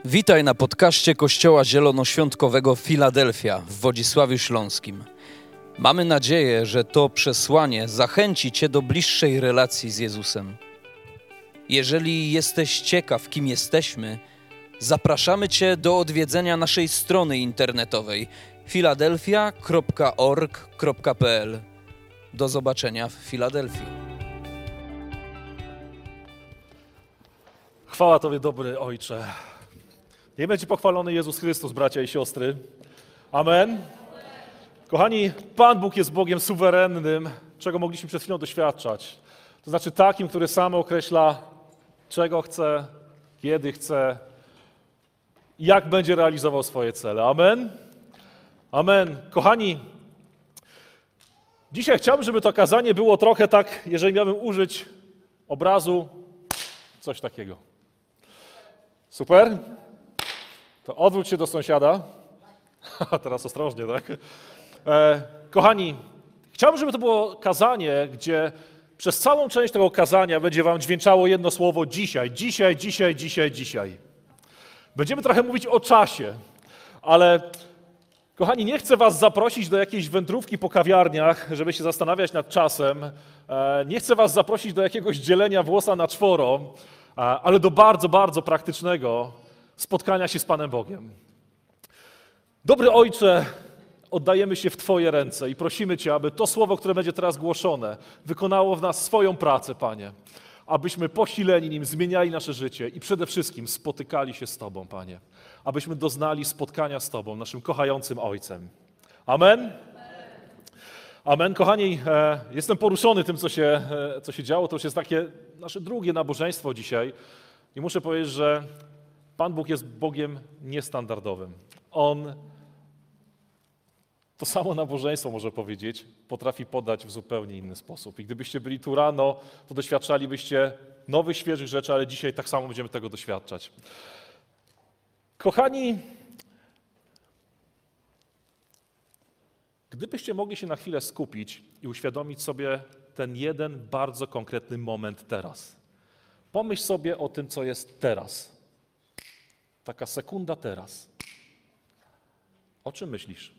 Witaj na podcaście Kościoła Zielonoświątkowego Filadelfia w Wodzisławiu Śląskim. Mamy nadzieję, że to przesłanie zachęci Cię do bliższej relacji z Jezusem. Jeżeli jesteś ciekaw, kim jesteśmy, zapraszamy Cię do odwiedzenia naszej strony internetowej filadelfia.org.pl. Do zobaczenia w Filadelfii. Chwała Tobie, dobry Ojcze. Niech będzie pochwalony Jezus Chrystus, bracia i siostry. Amen. Kochani, Pan Bóg jest Bogiem suwerennym, czego mogliśmy przed chwilą doświadczać. To znaczy takim, który sam określa, czego chce, kiedy chce, jak będzie realizował swoje cele. Amen. Amen. Kochani, dzisiaj chciałbym, żeby to kazanie było trochę tak, jeżeli miałbym użyć obrazu, coś takiego. Super? To odwróć się do sąsiada. Teraz ostrożnie, tak? Kochani, chciałbym, żeby to było kazanie, gdzie przez całą część tego kazania będzie wam dźwięczało jedno słowo dzisiaj. Dzisiaj, dzisiaj, dzisiaj, dzisiaj. Będziemy trochę mówić o czasie, ale kochani, nie chcę was zaprosić do jakiejś wędrówki po kawiarniach, żeby się zastanawiać nad czasem. Nie chcę was zaprosić do jakiegoś dzielenia włosa na czworo, ale do bardzo, bardzo praktycznego spotkania się z Panem Bogiem. Dobry Ojcze, oddajemy się w Twoje ręce i prosimy Cię, aby to słowo, które będzie teraz głoszone, wykonało w nas swoją pracę, Panie. Abyśmy posileni nim zmieniali nasze życie i przede wszystkim spotykali się z Tobą, Panie. Abyśmy doznali spotkania z Tobą, naszym kochającym Ojcem. Amen? Amen. Kochani, jestem poruszony tym, co się działo. To już jest takie nasze drugie nabożeństwo dzisiaj. I muszę powiedzieć, że Pan Bóg jest Bogiem niestandardowym. On to samo nabożeństwo, może powiedzieć, potrafi podać w zupełnie inny sposób. I gdybyście byli tu rano, to doświadczalibyście nowych, świeżych rzeczy, ale dzisiaj tak samo będziemy tego doświadczać. Kochani, gdybyście mogli się na chwilę skupić i uświadomić sobie ten jeden bardzo konkretny moment teraz. Pomyśl sobie o tym, co jest teraz. Taka sekunda teraz. O czym myślisz?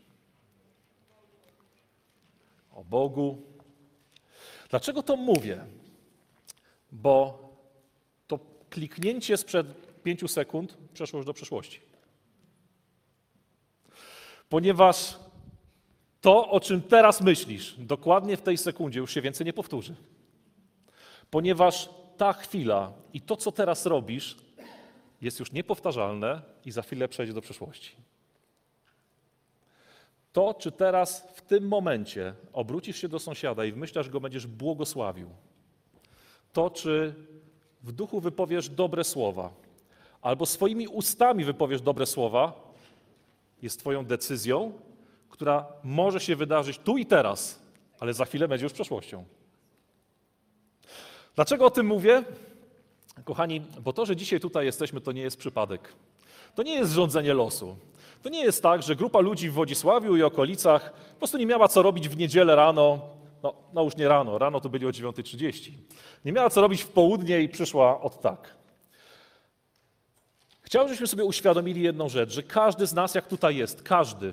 O Bogu. Dlaczego to mówię? Bo to kliknięcie sprzed 5 sekund przeszło już do przeszłości. Ponieważ to, o czym teraz myślisz, dokładnie w tej sekundzie już się więcej nie powtórzy. Ponieważ ta chwila i to, co teraz robisz, jest już niepowtarzalne i za chwilę przejdzie do przeszłości. To, czy teraz w tym momencie obrócisz się do sąsiada i w myślach go będziesz błogosławił, to, czy w duchu wypowiesz dobre słowa, albo swoimi ustami wypowiesz dobre słowa, jest twoją decyzją, która może się wydarzyć tu i teraz, ale za chwilę będzie już przeszłością. Dlaczego o tym mówię? Kochani, bo to, że dzisiaj tutaj jesteśmy, to nie jest przypadek. To nie jest rządzenie losu. To nie jest tak, że grupa ludzi w Wodzisławiu i okolicach po prostu nie miała co robić w niedzielę rano, no już nie rano to byli o 9:30. Nie miała co robić w południe i przyszła od tak. Chciałbym, żebyśmy sobie uświadomili jedną rzecz, że każdy z nas, jak tutaj jest, każdy,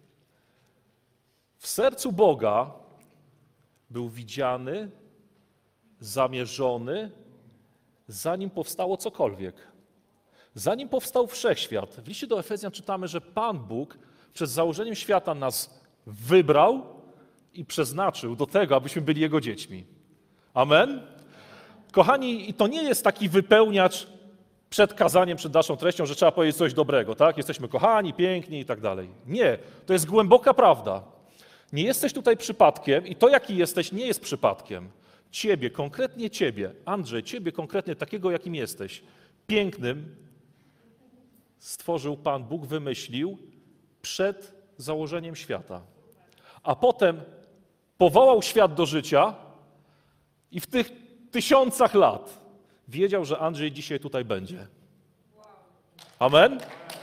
w sercu Boga był widziany, zamierzony, zanim powstało cokolwiek. Zanim powstał wszechświat. W liście do Efezjan czytamy, że Pan Bóg przed założeniem świata nas wybrał i przeznaczył do tego, abyśmy byli Jego dziećmi. Amen? Kochani, i to nie jest taki wypełniacz przed kazaniem, przed naszą treścią, że trzeba powiedzieć coś dobrego, tak? Jesteśmy kochani, piękni i tak dalej. Nie, to jest głęboka prawda. Nie jesteś tutaj przypadkiem i to, jaki jesteś, nie jest przypadkiem. Ciebie, konkretnie Ciebie, Andrzej, Ciebie konkretnie takiego, jakim jesteś, pięknym, stworzył Pan Bóg, wymyślił przed założeniem świata. A potem powołał świat do życia i w tych 1000 lat wiedział, że Andrzej dzisiaj tutaj będzie. Amen?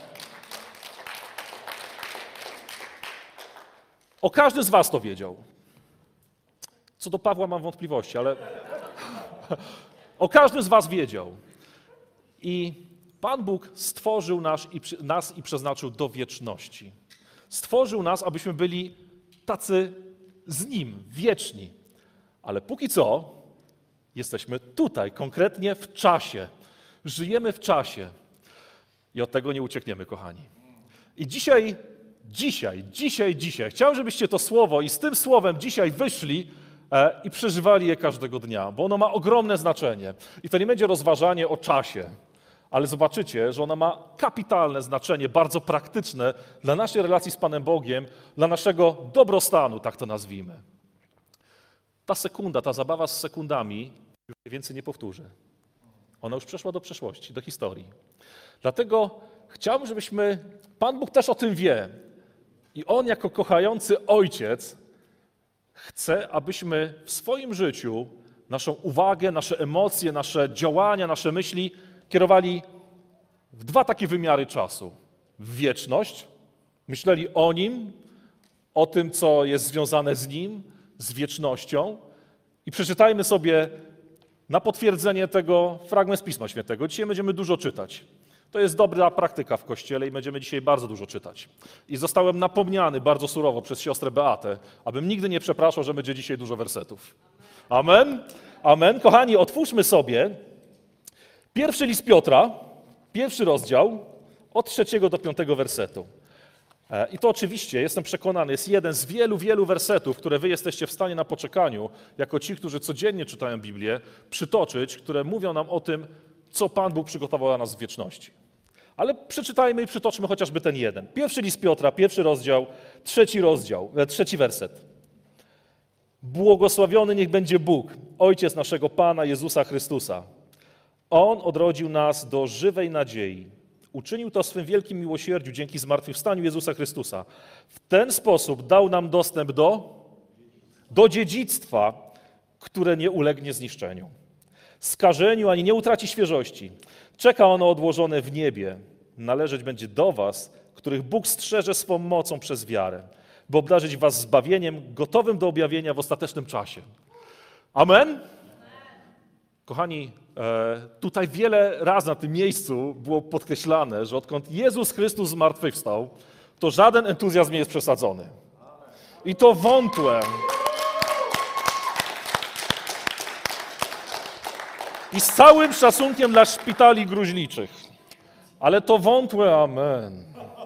O każdy z was to wiedział. Co do Pawła mam wątpliwości, ale o każdym z was wiedział. I Pan Bóg stworzył nas i przeznaczył do wieczności. Stworzył nas, abyśmy byli tacy z Nim, wieczni. Ale póki co jesteśmy tutaj, konkretnie w czasie. Żyjemy w czasie i od tego nie uciekniemy, kochani. I dzisiaj chciałem, żebyście to słowo i z tym słowem dzisiaj wyszli i przeżywali je każdego dnia, bo ono ma ogromne znaczenie. I to nie będzie rozważanie o czasie, ale zobaczycie, że ono ma kapitalne znaczenie, bardzo praktyczne dla naszej relacji z Panem Bogiem, dla naszego dobrostanu, tak to nazwijmy. Ta sekunda, ta zabawa z sekundami już się więcej nie powtórzy. Ona już przeszła do przeszłości, do historii. Dlatego chciałbym, żebyśmy, Pan Bóg też o tym wie i On jako kochający Ojciec chce, abyśmy w swoim życiu naszą uwagę, nasze emocje, nasze działania, nasze myśli kierowali w dwa takie wymiary czasu. W wieczność, myśleli o Nim, o tym, co jest związane z Nim, z wiecznością. I przeczytajmy sobie na potwierdzenie tego fragment z Pisma Świętego. Dzisiaj będziemy dużo czytać. To jest dobra praktyka w Kościele i będziemy dzisiaj bardzo dużo czytać. I zostałem napomniany bardzo surowo przez siostrę Beatę, abym nigdy nie przepraszał, że będzie dzisiaj dużo wersetów. Amen? Amen. Kochani, otwórzmy sobie pierwszy list Piotra, 1 rozdział, od 3 do 5 wersetu. I to oczywiście, jestem przekonany, jest jeden z wielu, wielu wersetów, które wy jesteście w stanie na poczekaniu, jako ci, którzy codziennie czytają Biblię, przytoczyć, które mówią nam o tym, co Pan Bóg przygotował dla nas w wieczności. Ale przeczytajmy i przytoczmy chociażby ten jeden. Pierwszy list Piotra, 1 rozdział, 3 werset. Błogosławiony niech będzie Bóg, Ojciec naszego Pana Jezusa Chrystusa. On odrodził nas do żywej nadziei. Uczynił to w swym wielkim miłosierdziu dzięki zmartwychwstaniu Jezusa Chrystusa. W ten sposób dał nam dostęp do dziedzictwa, które nie ulegnie zniszczeniu, skażeniu, ani nie utraci świeżości. Czeka ono odłożone w niebie. Należeć będzie do was, których Bóg strzeże swą mocą przez wiarę, by obdarzyć was zbawieniem gotowym do objawienia w ostatecznym czasie. Amen? Kochani, tutaj wiele razy na tym miejscu było podkreślane, że odkąd Jezus Chrystus zmartwychwstał, to żaden entuzjazm nie jest przesadzony. I to wątłe. I z całym szacunkiem dla szpitali gruźliczych. Ale to wątłe amen.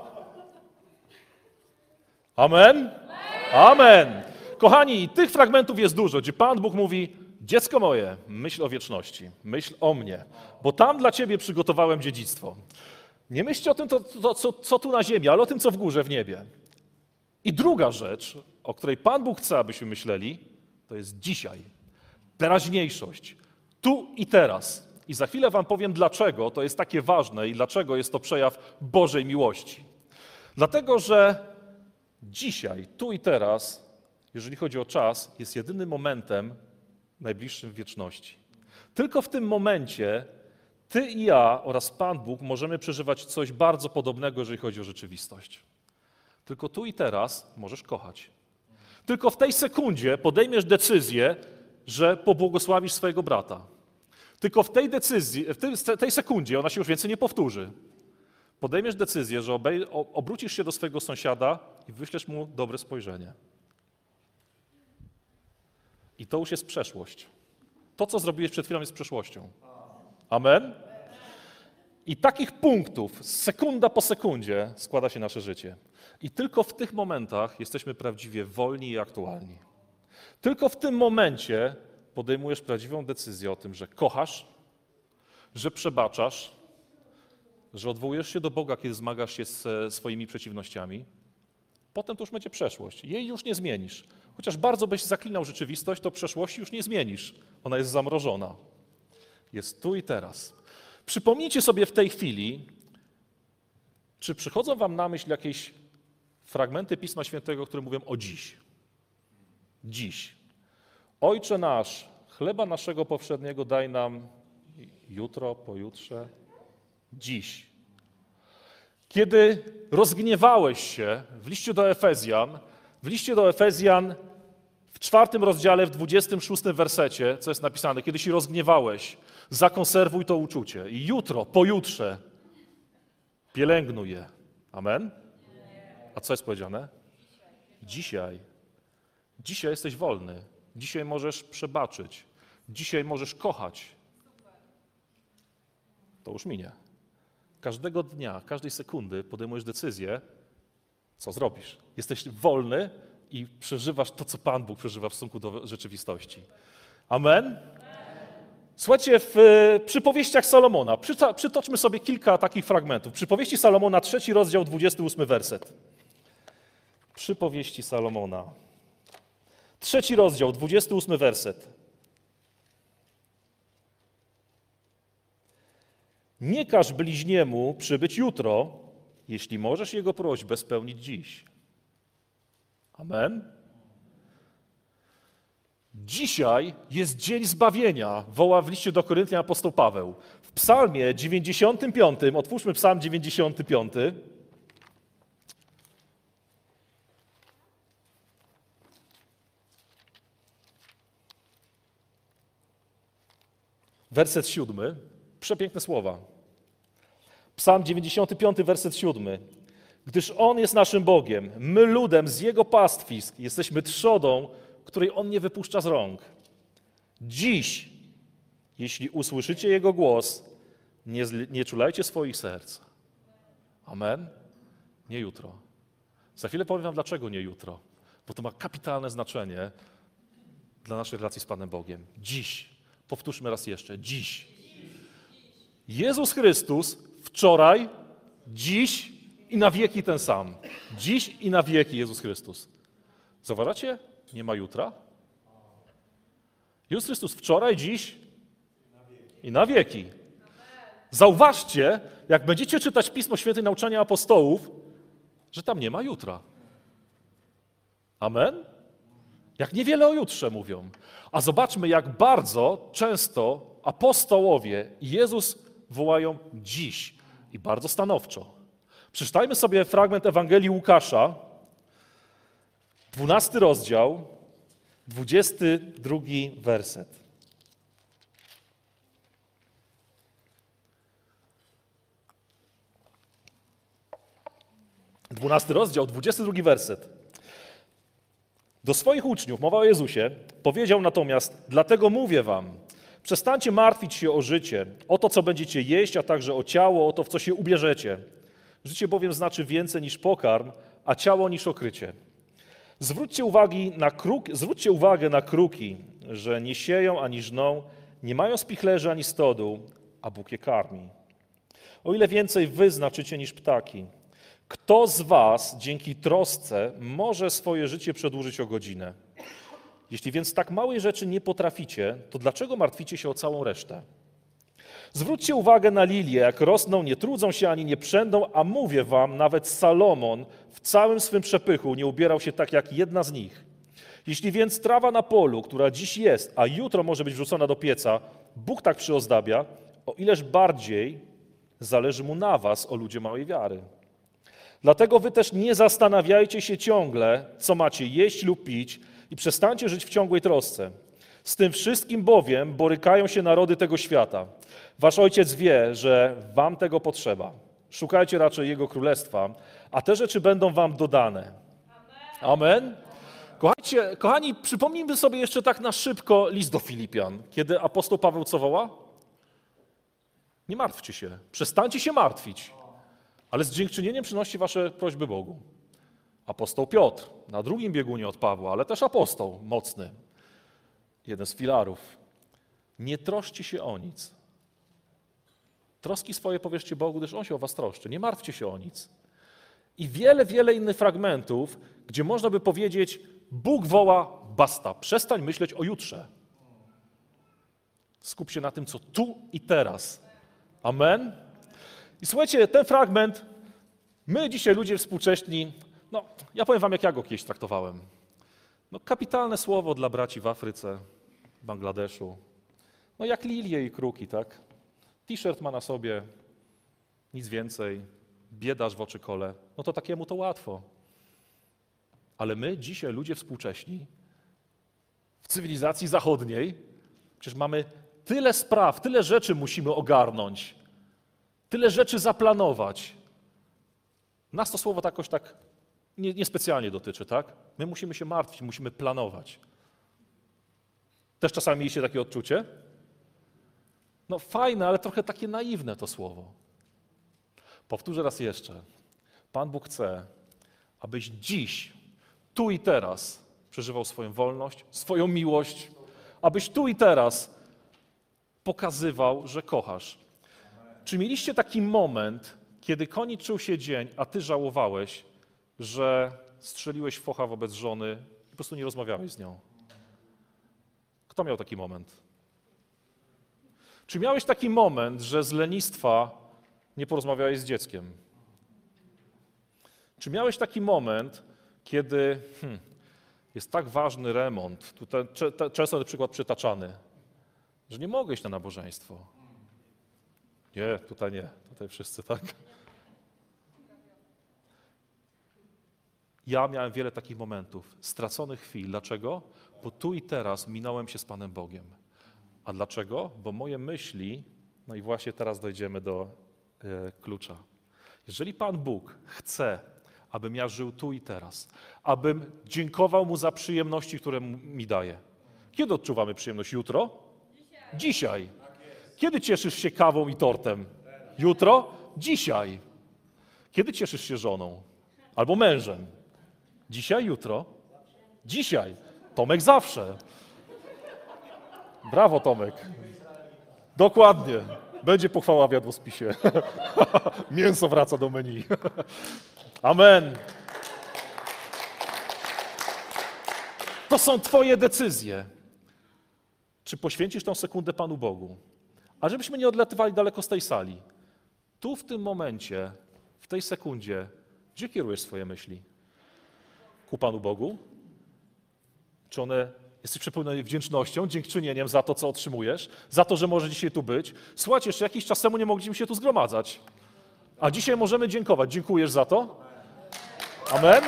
Amen? Amen. Kochani, tych fragmentów jest dużo, gdzie Pan Bóg mówi: dziecko moje, myśl o wieczności, myśl o mnie, bo tam dla ciebie przygotowałem dziedzictwo. Nie myślcie o tym, co tu na ziemi, ale o tym, co w górze, w niebie. I druga rzecz, o której Pan Bóg chce, abyśmy myśleli, to jest dzisiaj. Teraźniejszość. Tu i teraz. I za chwilę wam powiem, dlaczego to jest takie ważne i dlaczego jest to przejaw Bożej miłości. Dlatego, że dzisiaj, tu i teraz, jeżeli chodzi o czas, jest jedynym momentem najbliższym w wieczności. Tylko w tym momencie ty i ja oraz Pan Bóg możemy przeżywać coś bardzo podobnego, jeżeli chodzi o rzeczywistość. Tylko tu i teraz możesz kochać. Tylko w tej sekundzie podejmiesz decyzję, że pobłogosławisz swojego brata. Tylko w tej decyzji, w tej sekundzie, ona się już więcej nie powtórzy, podejmiesz decyzję, że obrócisz się do swojego sąsiada i wyślesz mu dobre spojrzenie. I to już jest przeszłość. To, co zrobiłeś przed chwilą, jest przeszłością. Amen? I takich punktów, sekunda po sekundzie, składa się nasze życie. I tylko w tych momentach jesteśmy prawdziwie wolni i aktualni. Tylko w tym momencie podejmujesz prawdziwą decyzję o tym, że kochasz, że przebaczasz, że odwołujesz się do Boga, kiedy zmagasz się ze swoimi przeciwnościami. Potem to już będzie przeszłość. Jej już nie zmienisz. Chociaż bardzo byś zaklinał rzeczywistość, to przeszłości już nie zmienisz. Ona jest zamrożona. Jest tu i teraz. Przypomnijcie sobie w tej chwili, czy przychodzą wam na myśl jakieś fragmenty Pisma Świętego, które mówią o dziś. Dziś. Ojcze nasz, chleba naszego powszedniego daj nam jutro, pojutrze, dziś. Kiedy rozgniewałeś się w liście do Efezjan w 4 rozdziale, w 26 wersecie, co jest napisane, kiedy się rozgniewałeś, zakonserwuj to uczucie. I jutro, pojutrze, Pielęgnuj je. Amen? A co jest powiedziane? Dzisiaj. Dzisiaj jesteś wolny. Dzisiaj możesz przebaczyć. Dzisiaj możesz kochać. To już minie. Każdego dnia, każdej sekundy podejmujesz decyzję, co zrobisz. Jesteś wolny i przeżywasz to, co Pan Bóg przeżywa w stosunku do rzeczywistości. Amen? Słuchajcie, w przypowieściach Salomona, przytoczmy sobie kilka takich fragmentów. Przypowieści Salomona, 3 rozdział, 28 werset. Przypowieści Salomona. 3 rozdział, 28 werset. Nie każ bliźniemu przybyć jutro, jeśli możesz jego prośbę spełnić dziś. Amen? Dzisiaj jest dzień zbawienia, woła w liście do Koryntian apostoł Paweł. W psalmie 95, otwórzmy psalm 95. Werset 7. Przepiękne słowa. Psalm 95, werset 7. Gdyż On jest naszym Bogiem, my ludem z Jego pastwisk, jesteśmy trzodą, której On nie wypuszcza z rąk. Dziś, jeśli usłyszycie Jego głos, nie czulajcie swoich serc. Amen? Nie jutro. Za chwilę powiem wam, dlaczego nie jutro. Bo to ma kapitalne znaczenie dla naszej relacji z Panem Bogiem. Dziś. Powtórzmy raz jeszcze. Dziś. Jezus Chrystus wczoraj, dziś i na wieki ten sam. Dziś i na wieki Jezus Chrystus. Zauważacie? Nie ma jutra. Jezus Chrystus wczoraj, dziś i na wieki. Zauważcie, jak będziecie czytać Pismo Święte i nauczania apostołów, że tam nie ma jutra. Amen? Jak niewiele o jutrze mówią. A zobaczmy, jak bardzo często apostołowie i Jezus wołają dziś i bardzo stanowczo. Przeczytajmy sobie fragment Ewangelii Łukasza, 12 rozdział, 22 werset. 12 rozdział, 22 werset. Do swoich uczniów, mowa o Jezusie, powiedział natomiast, dlatego mówię wam, przestańcie martwić się o życie, o to, co będziecie jeść, a także o ciało, o to, w co się ubierzecie. Życie bowiem znaczy więcej niż pokarm, a ciało niż okrycie. Zwróćcie uwagę na kruki, że nie sieją ani żną, nie mają spichlerzy ani stodu, a Bóg je karmi. O ile więcej wy znaczycie niż ptaki. Kto z was dzięki trosce może swoje życie przedłużyć o godzinę? Jeśli więc tak małej rzeczy nie potraficie, to dlaczego martwicie się o całą resztę? Zwróćcie uwagę na lilie, jak rosną, nie trudzą się ani nie przędą, a mówię wam, nawet Salomon w całym swym przepychu nie ubierał się tak jak jedna z nich. Jeśli więc trawa na polu, która dziś jest, a jutro może być wrzucona do pieca, Bóg tak przyozdabia, o ileż bardziej zależy mu na was, o ludzie małej wiary. Dlatego wy też nie zastanawiajcie się ciągle, co macie jeść lub pić i przestańcie żyć w ciągłej trosce. Z tym wszystkim bowiem borykają się narody tego świata. Wasz Ojciec wie, że wam tego potrzeba. Szukajcie raczej Jego Królestwa, a te rzeczy będą wam dodane. Amen. Kochani, przypomnijmy sobie jeszcze tak na szybko list do Filipian, kiedy apostoł Paweł co woła? Nie martwcie się, przestańcie się martwić, ale z dziękczynieniem przynoście wasze prośby Bogu. Apostoł Piotr, na drugim biegunie od Pawła, ale też apostoł mocny, jeden z filarów. Nie troszcie się o nic. Troski swoje powierzcie Bogu, gdyż On się o was troszczy. Nie martwcie się o nic. I wiele innych fragmentów, gdzie można by powiedzieć, Bóg woła, basta, przestań myśleć o jutrze. Skup się na tym, co tu i teraz. Amen? I słuchajcie, ten fragment, my dzisiaj ludzie współcześni, ja powiem wam, jak ja go kiedyś traktowałem. Kapitalne słowo dla braci w Afryce, w Bangladeszu. Jak lilie i kruki, tak? T-shirt ma na sobie, nic więcej, biedasz w oczy kole. To takiemu to łatwo. Ale my dzisiaj, ludzie współcześni, w cywilizacji zachodniej, przecież mamy tyle spraw, tyle rzeczy musimy ogarnąć, tyle rzeczy zaplanować. Nas to słowo jakoś tak niespecjalnie dotyczy, tak? My musimy się martwić, musimy planować. Też czasami mieliście takie odczucie? No fajne, ale trochę takie naiwne to słowo. Powtórzę raz jeszcze. Pan Bóg chce, abyś dziś, tu i teraz przeżywał swoją wolność, swoją miłość, abyś tu i teraz pokazywał, że kochasz. Czy mieliście taki moment, kiedy kończył się dzień, a ty żałowałeś, że strzeliłeś focha wobec żony i po prostu nie rozmawiałeś z nią? Kto miał taki moment? Czy miałeś taki moment, że z lenistwa nie porozmawiałeś z dzieckiem? Czy miałeś taki moment, kiedy jest tak ważny remont, tutaj często ten przykład przytaczany, że nie mogę iść na nabożeństwo? Nie, tutaj wszyscy, tak? Ja miałem wiele takich momentów, straconych chwil. Dlaczego? Bo tu i teraz minąłem się z Panem Bogiem. A dlaczego? Bo moje myśli, no i właśnie teraz dojdziemy do klucza. Jeżeli Pan Bóg chce, abym ja żył tu i teraz, abym dziękował Mu za przyjemności, które mi daje. Kiedy odczuwamy przyjemność? Jutro? Dzisiaj. Kiedy cieszysz się kawą i tortem? Jutro? Dzisiaj. Kiedy cieszysz się żoną? Albo mężem? Dzisiaj, jutro? Dzisiaj. Tomek zawsze. Brawo, Tomek. Dokładnie. Będzie pochwała w jadłospisie. Mięso wraca do menu. Amen. To są twoje decyzje. Czy poświęcisz tę sekundę Panu Bogu? A żebyśmy nie odlatywali daleko z tej sali. Tu w tym momencie, w tej sekundzie, gdzie kierujesz swoje myśli? Ku Panu Bogu? Czy one jesteś przepełniony wdzięcznością, dziękczynieniem za to, co otrzymujesz, za to, że może dzisiaj tu być? Słuchajcie, jeszcze jakiś czas temu nie mogliśmy się tu zgromadzać, a dzisiaj możemy dziękować. Dziękujesz za to? Amen?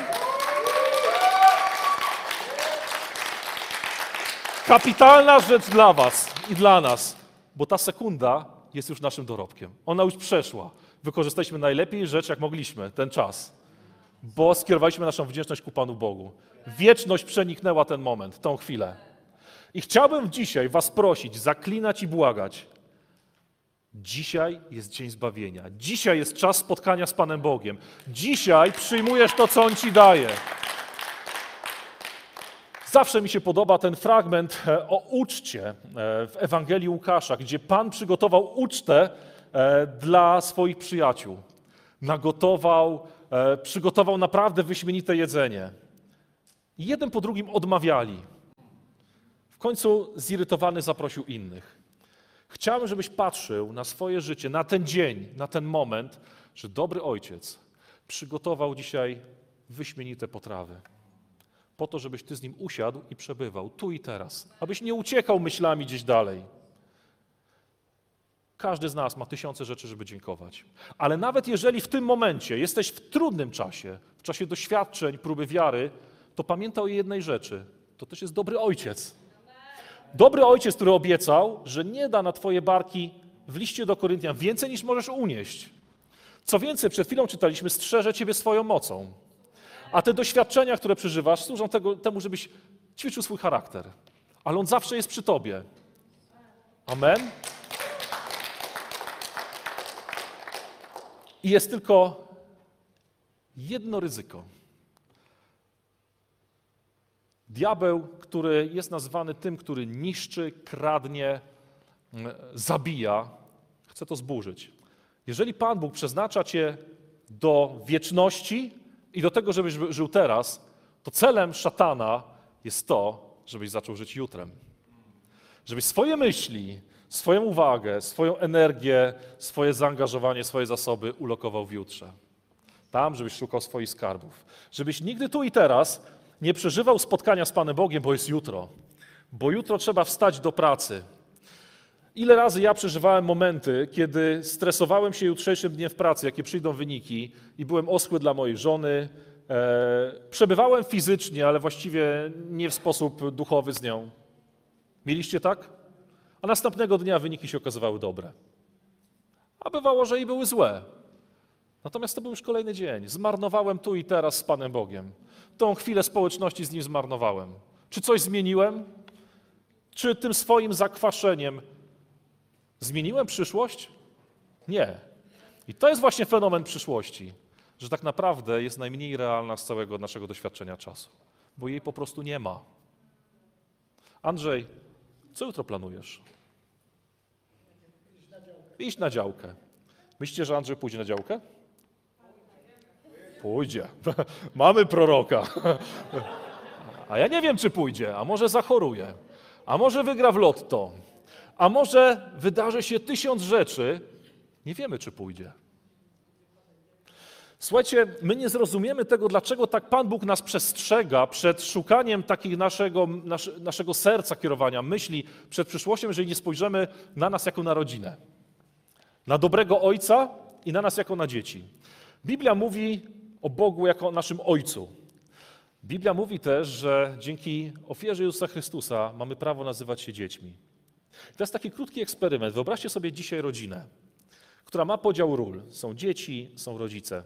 Kapitalna rzecz dla was i dla nas, bo ta sekunda jest już naszym dorobkiem. Ona już przeszła. Wykorzystaliśmy najlepiej rzecz, jak mogliśmy, ten czas, bo skierowaliśmy naszą wdzięczność ku Panu Bogu. Wieczność przeniknęła ten moment, tą chwilę. I chciałbym dzisiaj was prosić, zaklinać i błagać. Dzisiaj jest dzień zbawienia. Dzisiaj jest czas spotkania z Panem Bogiem. Dzisiaj przyjmujesz to, co On ci daje. Zawsze mi się podoba ten fragment o uczcie w Ewangelii Łukasza, gdzie Pan przygotował ucztę dla swoich przyjaciół. Przygotował naprawdę wyśmienite jedzenie. I jeden po drugim odmawiali. W końcu zirytowany zaprosił innych. Chciałem, żebyś patrzył na swoje życie, na ten dzień, na ten moment, że dobry ojciec przygotował dzisiaj wyśmienite potrawy. Po to, żebyś ty z nim usiadł i przebywał tu i teraz. Abyś nie uciekał myślami gdzieś dalej. Każdy z nas ma tysiące rzeczy, żeby dziękować. Ale nawet jeżeli w tym momencie jesteś w trudnym czasie, w czasie doświadczeń, próby wiary, to pamiętaj o jednej rzeczy. To też jest dobry ojciec. Dobry ojciec, który obiecał, że nie da na twoje barki w liście do Koryntian więcej niż możesz unieść. Co więcej, przed chwilą czytaliśmy, strzeże ciebie swoją mocą. A te doświadczenia, które przeżywasz, służą temu, żebyś ćwiczył swój charakter. Ale on zawsze jest przy tobie. Amen? I jest tylko jedno ryzyko. Diabeł, który jest nazwany tym, który niszczy, kradnie, zabija, chce to zburzyć. Jeżeli Pan Bóg przeznacza cię do wieczności i do tego, żebyś żył teraz, to celem szatana jest to, żebyś zaczął żyć jutrem. Żebyś swoje myśli, swoją uwagę, swoją energię, swoje zaangażowanie, swoje zasoby ulokował w jutrze. Tam, żebyś szukał swoich skarbów. Żebyś nigdy tu i teraz nie przeżywał spotkania z Panem Bogiem, bo jest jutro. Bo jutro trzeba wstać do pracy. Ile razy ja przeżywałem momenty, kiedy stresowałem się jutrzejszym dniem w pracy, jakie przyjdą wyniki i byłem oschły dla mojej żony. Przebywałem fizycznie, ale właściwie nie w sposób duchowy z nią. Mieliście tak? A następnego dnia wyniki się okazywały dobre. A bywało, że i były złe. Natomiast to był już kolejny dzień. Zmarnowałem tu i teraz z Panem Bogiem. Tą chwilę społeczności z Nim zmarnowałem. Czy coś zmieniłem? Czy tym swoim zakwaszeniem zmieniłem przyszłość? Nie. I to jest właśnie fenomen przyszłości, że tak naprawdę jest najmniej realna z całego naszego doświadczenia czasu, bo jej po prostu nie ma. Andrzej, co jutro planujesz? Iść na działkę. Myślicie, że Andrzej pójdzie na działkę? Pójdzie. Mamy proroka. A ja nie wiem, czy pójdzie, a może zachoruje, a może wygra w lotto, a może wydarzy się 1000 rzeczy. Nie wiemy, czy pójdzie. Słuchajcie, my nie zrozumiemy tego, dlaczego tak Pan Bóg nas przestrzega przed szukaniem takich naszego serca kierowania, myśli, przed przyszłością, jeżeli nie spojrzymy na nas jako na rodzinę, na dobrego Ojca i na nas jako na dzieci. Biblia mówi o Bogu jako o naszym Ojcu. Biblia mówi też, że dzięki ofierze Jezusa Chrystusa mamy prawo nazywać się dziećmi. I to jest taki krótki eksperyment. Wyobraźcie sobie dzisiaj rodzinę, która ma podział ról. Są dzieci, są rodzice.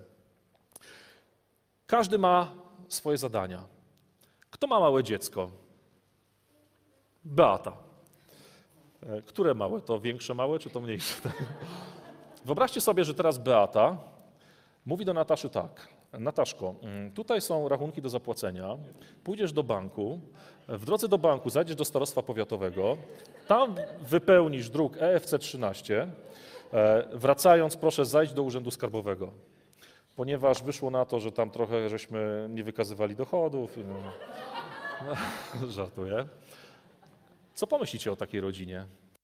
Każdy ma swoje zadania. Kto ma małe dziecko? Beata. Które małe? To większe małe, czy to mniejsze? Wyobraźcie sobie, że teraz Beata mówi do Nataszy tak. Nataszko, tutaj są rachunki do zapłacenia, pójdziesz do banku, w drodze do banku zajdziesz do starostwa powiatowego, tam wypełnisz druk EFC 13, wracając proszę zajść do urzędu skarbowego, ponieważ wyszło na to, że tam trochę żeśmy nie wykazywali dochodów. Żartuję. Co pomyślicie o takiej rodzinie?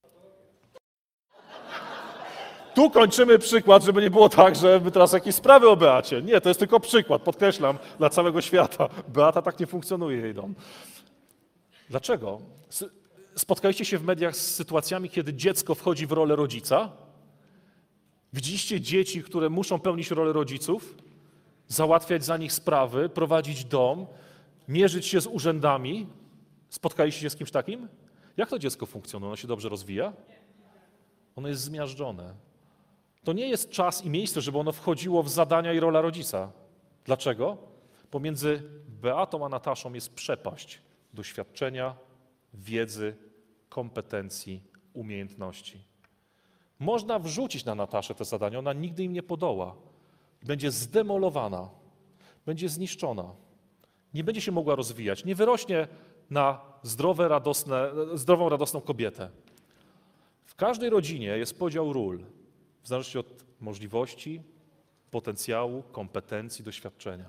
Tu kończymy przykład, żeby nie było tak, że my teraz jakieś sprawy o Beacie. Nie, to jest tylko przykład, podkreślam, dla całego świata. Beata tak nie funkcjonuje, jej dom. Dlaczego? Spotkaliście się w mediach z sytuacjami, kiedy dziecko wchodzi w rolę rodzica? Widzieliście dzieci, które muszą pełnić rolę rodziców? Załatwiać za nich sprawy, prowadzić dom, mierzyć się z urzędami? Spotkaliście się z kimś takim? Jak to dziecko funkcjonuje? Ono się dobrze rozwija? Ono jest zmiażdżone. To nie jest czas i miejsce, żeby ono wchodziło w zadania i rola rodzica. Dlaczego? Pomiędzy Beatą a Nataszą jest przepaść doświadczenia, wiedzy, kompetencji, umiejętności. Można wrzucić na Nataszę te zadania, ona nigdy im nie podoła. Będzie zdemolowana, będzie zniszczona. Nie będzie się mogła rozwijać, nie wyrośnie na zdrową, radosną kobietę. W każdej rodzinie jest podział ról, w zależności od możliwości, potencjału, kompetencji, doświadczenia.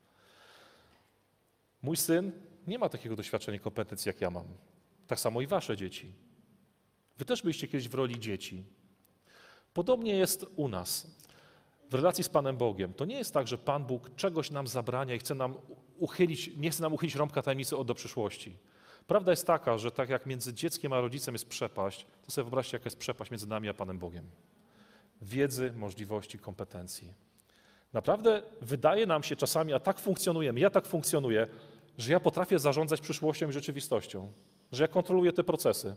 Mój syn nie ma takiego doświadczenia i kompetencji, jak ja mam. Tak samo i wasze dzieci. Wy też byliście kiedyś w roli dzieci. Podobnie jest u nas, w relacji z Panem Bogiem. To nie jest tak, że Pan Bóg czegoś nam zabrania i nie chce nam uchylić rąbka tajemnicy do przyszłości. Prawda jest taka, że tak jak między dzieckiem a rodzicem jest przepaść, to sobie wyobraźcie, jaka jest przepaść między nami a Panem Bogiem. Wiedzy, możliwości, kompetencji. Naprawdę wydaje nam się czasami, a tak funkcjonujemy, ja tak funkcjonuję, że ja potrafię zarządzać przyszłością i rzeczywistością, że ja kontroluję te procesy.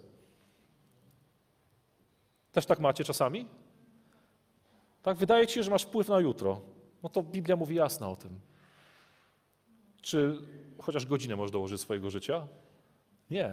Też tak macie czasami? Tak, wydaje ci się, że masz wpływ na jutro. No to Biblia mówi jasno o tym. Czy chociaż godzinę możesz dołożyć swojego życia? Nie.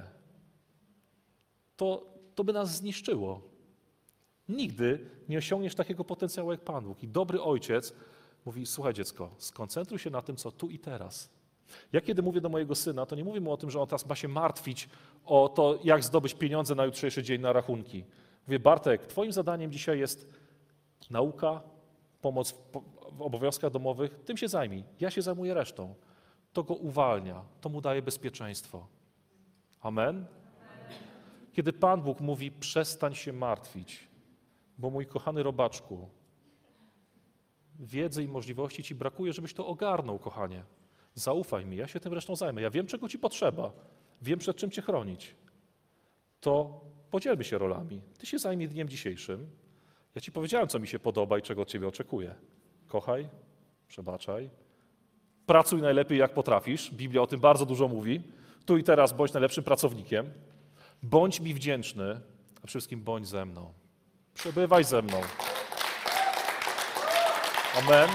To by nas zniszczyło. Nigdy nie osiągniesz takiego potencjału jak Pan Bóg. I dobry ojciec mówi, słuchaj dziecko, skoncentruj się na tym, co tu i teraz. Ja kiedy mówię do mojego syna, to nie mówię mu o tym, że on teraz ma się martwić o to, jak zdobyć pieniądze na jutrzejszy dzień na rachunki. Mówię, Bartek, twoim zadaniem dzisiaj jest nauka, pomoc w obowiązkach domowych, tym się zajmij. Ja się zajmuję resztą. To go uwalnia, to mu daje bezpieczeństwo. Amen? Kiedy Pan Bóg mówi, przestań się martwić, bo mój kochany robaczku, wiedzy i możliwości ci brakuje, żebyś to ogarnął, kochanie. Zaufaj mi, ja się tym resztą zajmę. Ja wiem, czego ci potrzeba. Wiem, przed czym cię chronić. To podzielmy się rolami. Ty się zajmij dniem dzisiejszym. Ja ci powiedziałem, co mi się podoba i czego od ciebie oczekuję. Kochaj, przebaczaj. Pracuj najlepiej, jak potrafisz. Biblia o tym bardzo dużo mówi. Tu i teraz bądź najlepszym pracownikiem. Bądź mi wdzięczny, a przede wszystkim bądź ze mną. Przebywaj ze mną. Amen.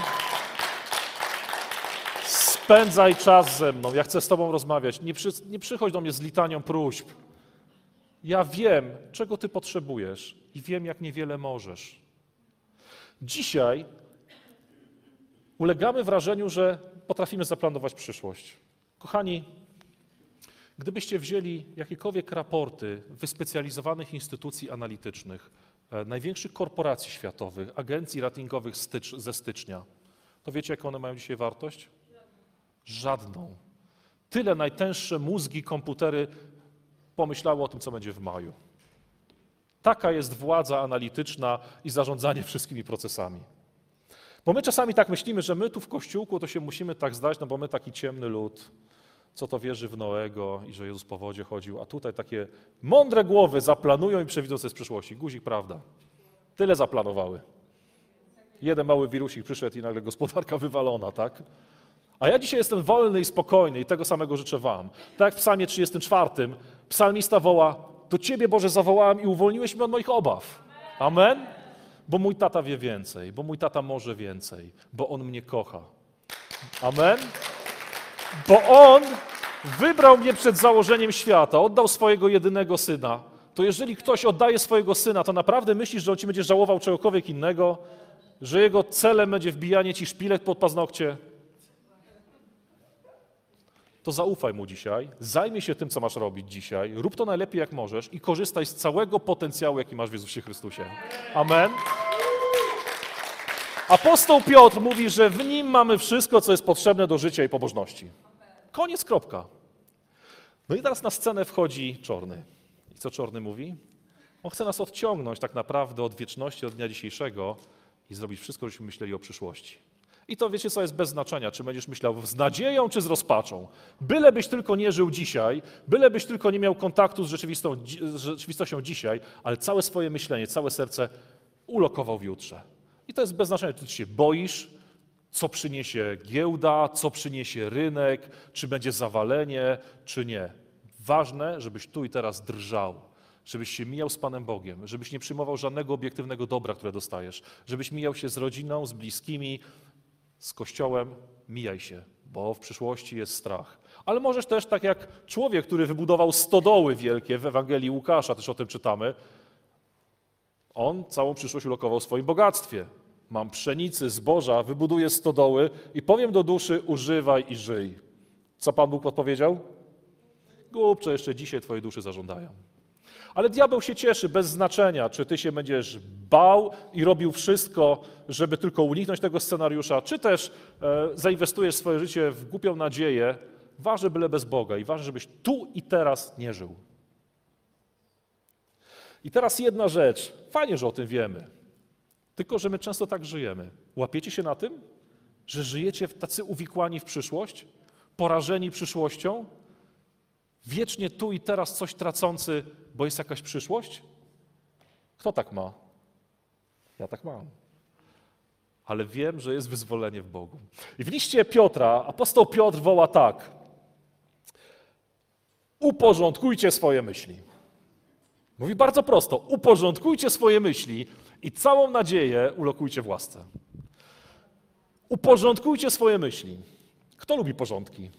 Spędzaj czas ze mną, ja chcę z Tobą rozmawiać. Nie przychodź do mnie z litanią próśb. Ja wiem, czego Ty potrzebujesz i wiem, jak niewiele możesz. Dzisiaj ulegamy wrażeniu, że potrafimy zaplanować przyszłość. Kochani, gdybyście wzięli jakiekolwiek raporty wyspecjalizowanych instytucji analitycznych, największych korporacji światowych, agencji ratingowych ze stycznia, to wiecie, jaką one mają dzisiaj wartość? Żadną. Tyle najtęższe mózgi, komputery pomyślały o tym, co będzie w maju. Taka jest władza analityczna i zarządzanie wszystkimi procesami. Bo my czasami tak myślimy, że my tu w Kościółku to się musimy tak zdać, no bo my taki ciemny lud, co to wierzy w Noego i że Jezus po wodzie chodził, a tutaj takie mądre głowy zaplanują i przewidzą, co jest w przyszłości. Guzik, prawda. Tyle zaplanowały. Jeden mały wirusik przyszedł i nagle gospodarka wywalona, tak? A ja dzisiaj jestem wolny i spokojny i tego samego życzę wam. Tak jak w psalmie 34 psalmista woła: do Ciebie, Boże, zawołałem i uwolniłeś mnie od moich obaw. Amen? Bo mój tata wie więcej, bo mój tata może więcej, bo on mnie kocha. Amen? Bo on wybrał mnie przed założeniem świata, oddał swojego jedynego syna. To jeżeli ktoś oddaje swojego syna, to naprawdę myślisz, że on ci będzie żałował czegokolwiek innego? Że jego celem będzie wbijanie ci szpilek pod paznokcie? To zaufaj mu dzisiaj, zajmij się tym, co masz robić dzisiaj, rób to najlepiej, jak możesz i korzystaj z całego potencjału, jaki masz w Jezusie Chrystusie. Amen. Apostoł Piotr mówi, że w Nim mamy wszystko, co jest potrzebne do życia i pobożności. Koniec, kropka. No i teraz na scenę wchodzi Czorny. I co Czorny mówi? On chce nas odciągnąć tak naprawdę od wieczności, od dnia dzisiejszego i zrobić wszystko, żebyśmy myśleli o przyszłości. I to wiecie, co jest bez znaczenia, czy będziesz myślał z nadzieją, czy z rozpaczą. Bylebyś tylko nie żył dzisiaj, bylebyś tylko nie miał kontaktu z rzeczywistością dzisiaj, ale całe swoje myślenie, całe serce ulokował w jutrze. I to jest bez znaczenia, czy ty się boisz, co przyniesie giełda, co przyniesie rynek, czy będzie zawalenie, czy nie. Ważne, żebyś tu i teraz drżał, żebyś się mijał z Panem Bogiem, żebyś nie przyjmował żadnego obiektywnego dobra, które dostajesz, żebyś mijał się z rodziną, z bliskimi, z Kościołem. Mijaj się, bo w przyszłości jest strach. Ale możesz też, tak jak człowiek, który wybudował stodoły wielkie w Ewangelii Łukasza, też o tym czytamy, on całą przyszłość ulokował w swoim bogactwie. Mam pszenicy, zboża, wybuduję stodoły i powiem do duszy: używaj i żyj. Co Pan Bóg odpowiedział? Głupcze, jeszcze dzisiaj twojej duszy zażądają. Ale diabeł się cieszy bez znaczenia, czy ty się będziesz bał i robił wszystko, żeby tylko uniknąć tego scenariusza, czy też zainwestujesz swoje życie w głupią nadzieję. Ważne byle bez Boga i ważne, żebyś tu i teraz nie żył. I teraz jedna rzecz. Fajnie, że o tym wiemy. Tylko że my często tak żyjemy. Łapiecie się na tym, że żyjecie tacy uwikłani w przyszłość, porażeni przyszłością, wiecznie tu i teraz coś tracący, bo jest jakaś przyszłość? Kto tak ma? Ja tak mam. Ale wiem, że jest wyzwolenie w Bogu. I w liście Piotra apostoł Piotr woła tak: uporządkujcie swoje myśli. Mówi bardzo prosto: uporządkujcie swoje myśli i całą nadzieję ulokujcie w łasce. Uporządkujcie swoje myśli. Kto lubi porządki?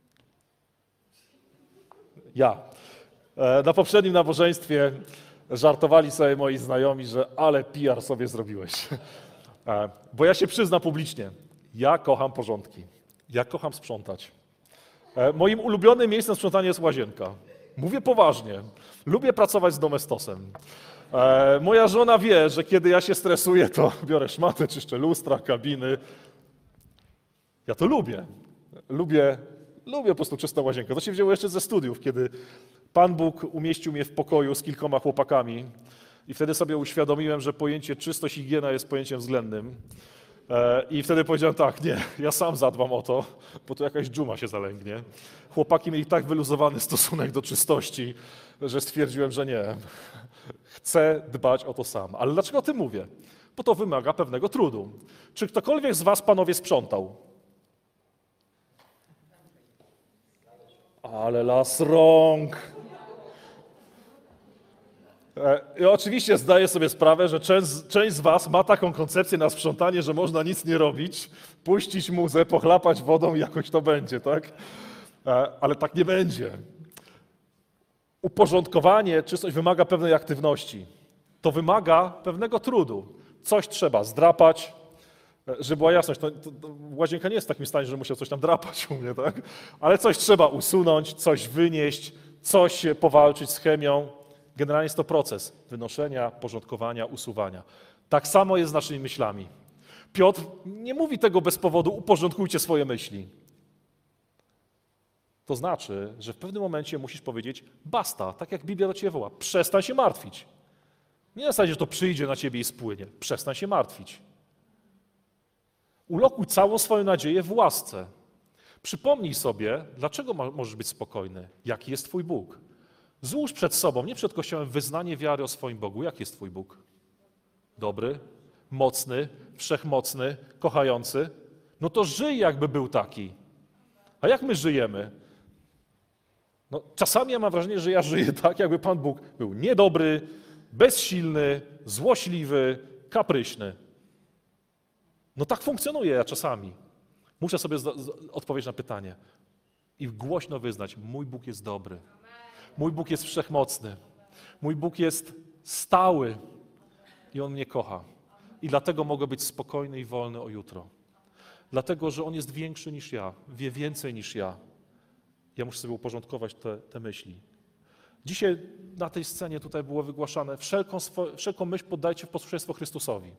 Ja. Na poprzednim nabożeństwie żartowali sobie moi znajomi, że ale PR sobie zrobiłeś. Bo ja się przyznam publicznie, ja kocham porządki. Ja kocham sprzątać. Moim ulubionym miejscem sprzątania jest łazienka. Mówię poważnie. Lubię pracować z domestosem. Moja żona wie, że kiedy ja się stresuję, to biorę szmatę, czyszczę lustra, kabiny. Ja to lubię. Lubię po prostu czystą łazienkę. To się wzięło jeszcze ze studiów, kiedy Pan Bóg umieścił mnie w pokoju z kilkoma chłopakami i wtedy sobie uświadomiłem, że pojęcie czystość i higiena jest pojęciem względnym. I wtedy powiedziałem tak: nie, ja sam zadbam o to, bo to jakaś dżuma się zalęgnie. Chłopaki mieli tak wyluzowany stosunek do czystości, że stwierdziłem, że nie. Chcę dbać o to sam. Ale dlaczego o tym mówię? Bo to wymaga pewnego trudu. Czy ktokolwiek z was, panowie, sprzątał? Ale las rąk. I oczywiście zdaję sobie sprawę, że część z was ma taką koncepcję na sprzątanie, że można nic nie robić, puścić muzę, pochlapać wodą i jakoś to będzie, tak? Ale tak nie będzie. Uporządkowanie, czystość wymaga pewnej aktywności. To wymaga pewnego trudu. Coś trzeba zdrapać, żeby była jasność. Łazienka nie jest w takim stanie, że musiał coś tam drapać u mnie, tak? Ale coś trzeba usunąć, coś wynieść, coś powalczyć z chemią. Generalnie jest to proces wynoszenia, porządkowania, usuwania. Tak samo jest z naszymi myślami. Piotr nie mówi tego bez powodu, uporządkujcie swoje myśli. To znaczy, że w pewnym momencie musisz powiedzieć basta, tak jak Biblia do ciebie woła. Przestań się martwić. Nie na zasadzie, że to przyjdzie na ciebie i spłynie. Przestań się martwić. Ulokuj całą swoją nadzieję w łasce. Przypomnij sobie, dlaczego możesz być spokojny, jaki jest twój Bóg. Złóż przed sobą, nie przed Kościołem, wyznanie wiary o swoim Bogu. Jaki jest twój Bóg? Dobry, mocny, wszechmocny, kochający. No to żyj, jakby był taki. A jak my żyjemy? No, czasami ja mam wrażenie, że ja żyję tak, jakby Pan Bóg był niedobry, bezsilny, złośliwy, kapryśny. No tak funkcjonuję ja czasami. Muszę sobie odpowiedzieć na pytanie i głośno wyznać, mój Bóg jest dobry. Mój Bóg jest wszechmocny. Mój Bóg jest stały i On mnie kocha. I dlatego mogę być spokojny i wolny o jutro. Dlatego, że On jest większy niż ja, wie więcej niż ja. Ja muszę sobie uporządkować te myśli. Dzisiaj na tej scenie tutaj było wygłaszane, wszelką myśl poddajcie w posłuszeństwo Chrystusowi.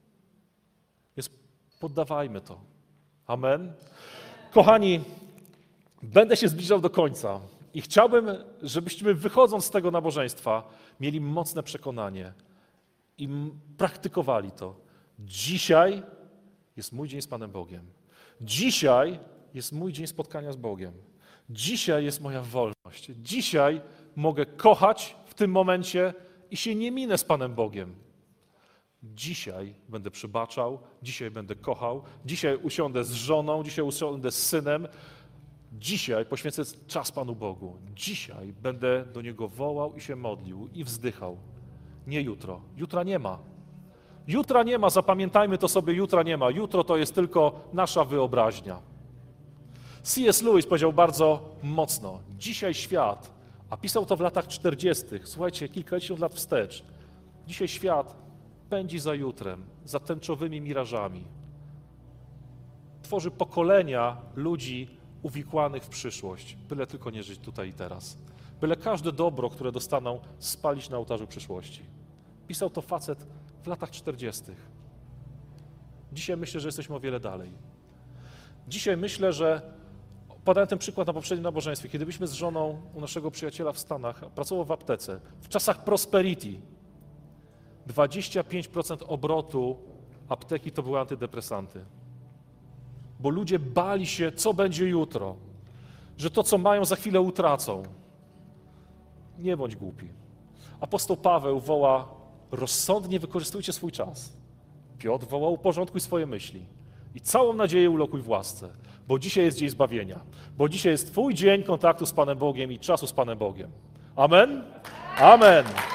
Więc poddawajmy to. Amen. Kochani, będę się zbliżał do końca i chciałbym, żebyśmy wychodząc z tego nabożeństwa mieli mocne przekonanie i praktykowali to. Dzisiaj jest mój dzień z Panem Bogiem. Dzisiaj jest mój dzień spotkania z Bogiem. Dzisiaj jest moja wolność. Dzisiaj mogę kochać w tym momencie i się nie minę z Panem Bogiem. Dzisiaj będę przebaczał, dzisiaj będę kochał, dzisiaj usiądę z żoną, dzisiaj usiądę z synem. Dzisiaj poświęcę czas Panu Bogu. Dzisiaj będę do Niego wołał i się modlił i wzdychał. Nie jutro. Jutra nie ma. Jutra nie ma, zapamiętajmy to sobie, jutra nie ma. Jutro to jest tylko nasza wyobraźnia. C.S. Lewis powiedział bardzo mocno, dzisiaj świat, a pisał to w latach 40., słuchajcie, kilkadziesiąt lat wstecz, dzisiaj świat pędzi za jutrem, za tęczowymi mirażami. Tworzy pokolenia ludzi uwikłanych w przyszłość, byle tylko nie żyć tutaj i teraz. Byle każde dobro, które dostaną, spalić na ołtarzu przyszłości. Pisał to facet w latach 40. Dzisiaj myślę, że jesteśmy o wiele dalej. Dzisiaj myślę, że podałem ten przykład na poprzednim nabożeństwie, kiedy byliśmy z żoną u naszego przyjaciela w Stanach, pracował w aptece. W czasach prosperity 25% obrotu apteki to były antydepresanty. Bo ludzie bali się, co będzie jutro, że to, co mają, za chwilę utracą. Nie bądź głupi. Apostoł Paweł woła, rozsądnie wykorzystujcie swój czas. Piotr woła, uporządkuj swoje myśli. I całą nadzieję ulokuj w łasce, bo dzisiaj jest dzień zbawienia. Bo dzisiaj jest twój dzień kontaktu z Panem Bogiem i czasu z Panem Bogiem. Amen? Amen.